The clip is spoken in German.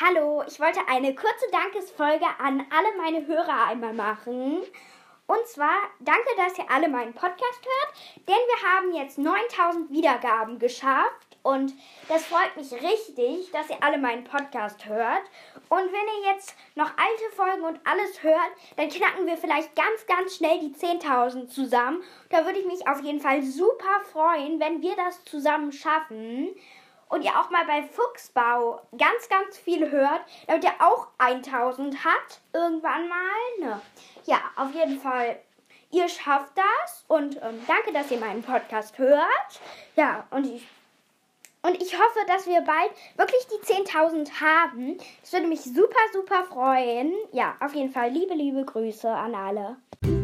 Hallo, ich wollte eine kurze Dankesfolge an alle meine Hörer einmal machen. Und zwar, danke, dass ihr alle meinen Podcast hört, denn wir haben jetzt 9000 Wiedergaben geschafft. Und das freut mich richtig, dass ihr alle meinen Podcast hört. Und wenn ihr jetzt noch alte Folgen und alles hört, dann knacken wir vielleicht ganz, ganz schnell die 10.000 zusammen. Da würde ich mich auf jeden Fall super freuen, wenn wir das zusammen schaffen. Und ihr auch mal bei Fuchsbau ganz, ganz viel hört, damit ihr auch 1000 habt, irgendwann mal. Ne? Ja, auf jeden Fall, ihr schafft das und danke, dass ihr meinen Podcast hört. Ja, und ich hoffe, dass wir bald wirklich die 10.000 haben. Das würde mich super, super freuen. Ja, auf jeden Fall liebe, liebe Grüße an alle.